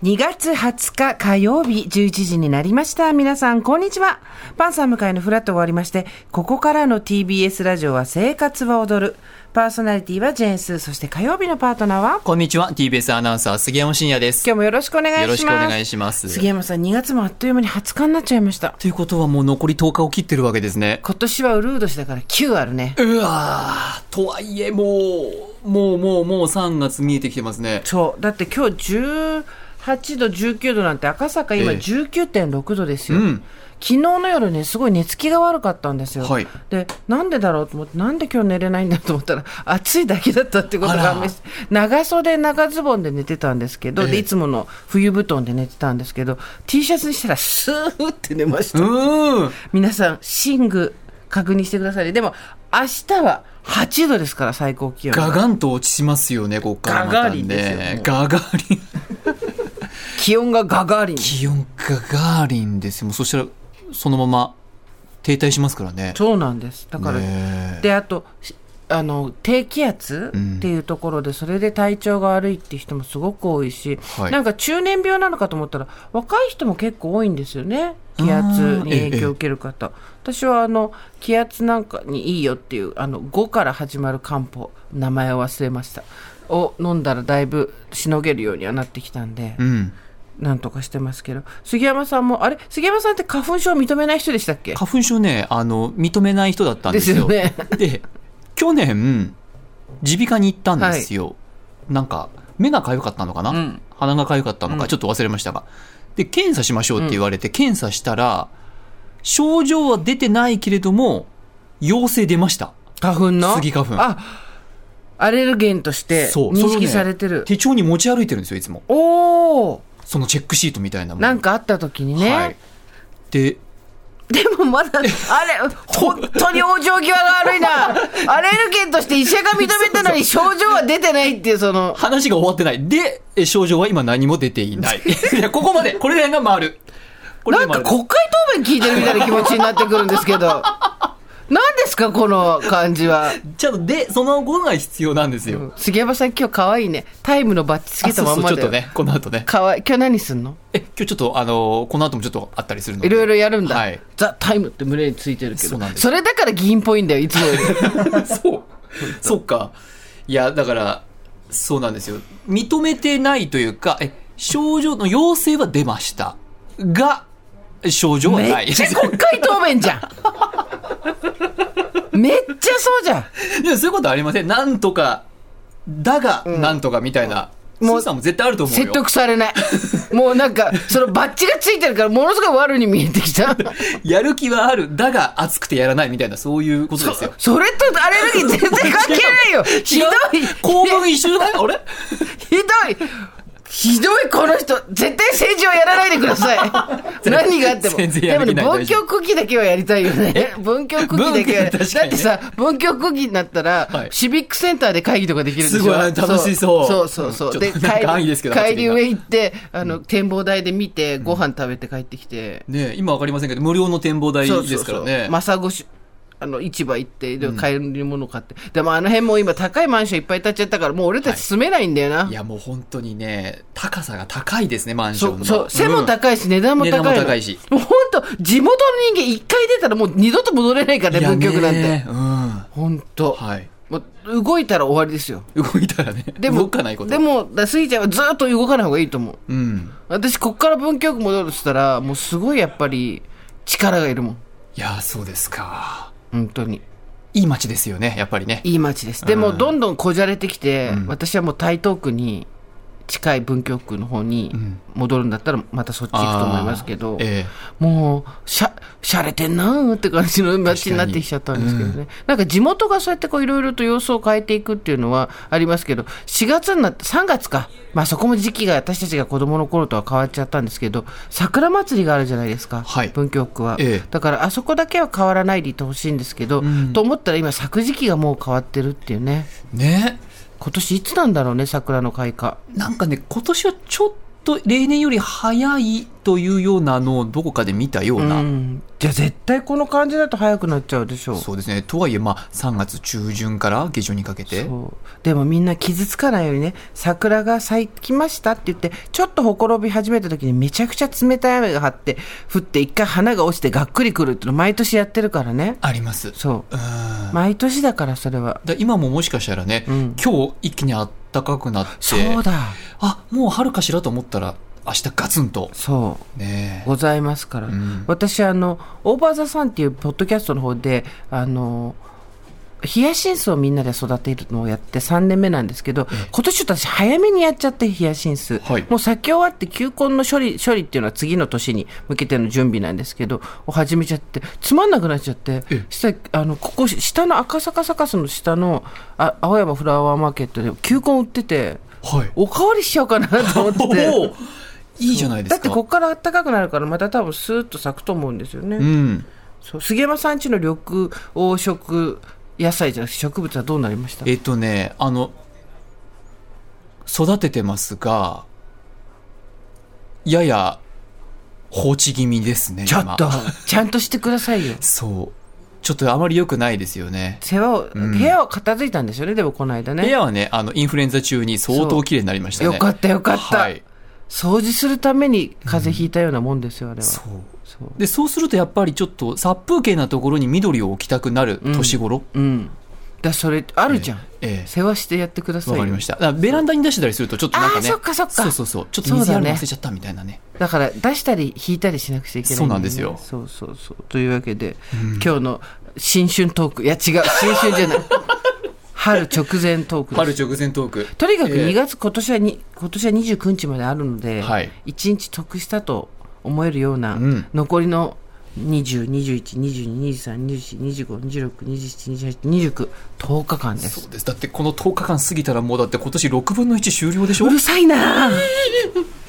2月20日火曜日11時になりました。皆さんこんにちは。パンサー向井のフラット終わりまして、ここからの TBS ラジオは生活は踊る。パーソナリティはジェーンスー、そして火曜日のパートナーはこんにちは、 TBS アナウンサー杉山真也です。 今日もよろしくお願いします。 よろしくお願いします。 杉山さん、2月もあっという間に20日になっちゃいました。 ということはもう残り10日を切ってるわけですね。 今年はウルー年だから9あるね。 うわー、とはいえもう3月見えてきてますね。 そうだって今日18度19度なんて赤坂今 19.6 度ですよ、昨日の夜ねすごい寝つきが悪かったんですよ、 はい、 でなんでだろうと思って、なんで今日寝れないんだと思ったら暑いだけだったってことが判明して、長袖長ズボンで寝てたんですけど、でいつもの冬布団で寝てたんですけど T シャツにしたらスーって寝ました。皆さん寝具確認してくださいね。でも明日は8度ですから、最高気温ガガンと落ちますよね。ここからまたね、 ガガーリンですよ。 ガガーリン気温がガガーリン、 気温ガガーリンですよ。もうそしたらそのまま停滞しますからね。 そうなんです。だから、であと低気圧っていうところで、それで体調が悪いっていう人もすごく多いし、なんか中年病なのかと思ったら若い人も結構多いんですよね、気圧に影響を受ける方。私は気圧なんかにいいよっていう5から始まる漢方、名前を忘れました、を飲んだらだいぶしのげるようにはなってきたんで、なんとかしてますけど。杉山さんも杉山さんって花粉症を認めない人でしたっけ？ 花粉症ね、認めない人だったんですよ。 ですよね。 で去年耳鼻科に行ったんですよ、なんか目が痒かったのかな、鼻が痒かったのかちょっと忘れましたが、で検査しましょうって言われて、検査したら症状は出てないけれども陽性出ました。 花粉のスギ花粉、 アレルゲンとして認識されてる、 手帳に持ち歩いてるんですよいつも。そのチェックシートみたいなもの、 なんかあった時にね、 でもまだ本当に往生際が悪いな。アレルゲンとして医者が認めたのに症状は出てないっていう、その話が終わってない。で症状は今何も出ていない。いやここまでこれで回る。 なんか国会答弁聞いてるみたいな気持ちになってくるんですけど何ですかこの感じは。 ちょっとその後が必要なんですよ、 杉山さん今日可愛いね。タイムのバッジつけたまんまで。 ちょっとねこの後ね可愛い。今日何すんの？ 今日ちょっとこの後もちょっとあったりするのでいろいろやるんだ、ザ・タイムって胸についてるけど、それだから議員っぽいんだよいつもよりそうか。いやだからそうなんですよ、認めてないというか、症状の陽性は出ましたが症状はない。 めっちゃ国会答弁じゃんめっちゃそうじゃん。 でもそういうことありません？なんとかだが、なんとかみたいな、もうさんも絶対あると思うよ。 説得されないもうなんかそのバッジがついてるからものすごい悪に見えてきたやる気はある、だが熱くてやらないみたいな、そういうことですよ。 それとアレルギー全然関係ないよひどい。 構文一緒じゃない？あれひどいこの人。絶対政治はやらないでください何があっても。でもね、文京区議だけはやりたいよね。文京区議だけは、だってさ、文京区議になったら、シビックセンターで会議とかできるんでしょ。 すごい楽しそう。 そうで、帰り上行って展望台で見てご飯食べて帰ってきて、 ね、今わかりませんけど無料の展望台ですからね。 正越市場行って買えるもの買って、でも辺も今高いマンションいっぱい建っちゃったからもう俺たち住めないんだよな、 いやもう本当にね、高さが高いですね、マンションの。 背も高いし、値段も高いし、もう本当地元の人間一回出たらもう二度と戻れないからね、文京区なんて。本当、もう動いたら終わりですよ。 動いたらね、動かないこと。 でもスギちゃんはずっと動かない方がいいと思う、私こっから文京区戻るとしたらもうすごいやっぱり力がいるもん。 いやそうですか。 本当にいい街ですよね、やっぱりね。 いい街です。でもどんどんこじゃれてきて、私はもう台東区に近い文京区の方に戻るんだったらまたそっち行くと思いますけど、もうしゃれてんなーって感じの街になってきちゃったんですけどね、なんか地元がそうやっていろいろと様子を変えていくっていうのはありますけど、4月になって3月か、そこも時期が私たちが子供の頃とは変わっちゃったんですけど、桜祭りがあるじゃないですか、文京区は、だからあそこだけは変わらないでいてほしいんですけど、と思ったら今咲く時期がもう変わってるっていうね。今年いつなんだろうね、桜の開花。 なんかね、今年はちょっと例年より早いというようなのをどこかで見たような、 じゃあ絶対この感じだと早くなっちゃうでしょう。 そうですね。とはいえ3月中旬から下旬にかけて。 そうでもみんな傷つかないようにね、桜が咲きましたって言ってちょっとほころび始めた時にめちゃくちゃ冷たい雨が降って一回花が落ちてがっくりくるっていうの毎年やってるからね。 あります。 そう毎年だから。それは今ももしかしたらね、今日一気に暖かくなって、 そうだ、 もう春かしらと思ったら明日ガツンとそうねございますから、私オーバーザさんっていうポッドキャストの方でヒヤシンスをみんなで育てるのをやって3年目なんですけど、今年ちょっと私早めにやっちゃって、ヒヤシンス、もう咲き終わって球根の処理っていうのは次の年に向けての準備なんですけどを始めちゃってつまんなくなっちゃって、ここ下の赤坂サカスの下の青山フラワーマーケットで球根売ってて、おかわりしちゃおうかなと思ってていいじゃないですか。 だってここから暖かくなるからまた多分スーッと咲くと思うんですよね、そう杉山さん家の緑黄色野菜じゃなくて植物はどうなりました？ 育ててますがやや放置気味ですね。 ちょっとちゃんとしてくださいよ。 そうちょっとあまり良くないですよね。 部屋を片付いたんですよね。でもこの間ね、 部屋はねインフルエンザ中に相当綺麗になりましたね。 よかったよかった、掃除するために風邪ひいたようなもんですよ、あれは。 そうするとやっぱりちょっと殺風景なところに緑を置きたくなる年頃、 だそれあるじゃん、世話してやってくださいよ。 わかりました。だからベランダに出してたりするとちょっとなんかね、 そっかそっか、 そうちょっと水やるの忘れちゃったみたいなね。 だから出したり引いたりしなくちゃいけない、 そうなんですよ。 そうというわけで、今日の新春トーク、いや違う新春じゃない春直前トークです。 春直前トーク。 とにかく2月、今年は29日まであるので、1日得したと思えるような、残りの20、21、22、23、24、25、26、27、28、29、10日間です。 そうです。だってこの10日間過ぎたらもうだって今年6分の1終了でしょ。 うるさいな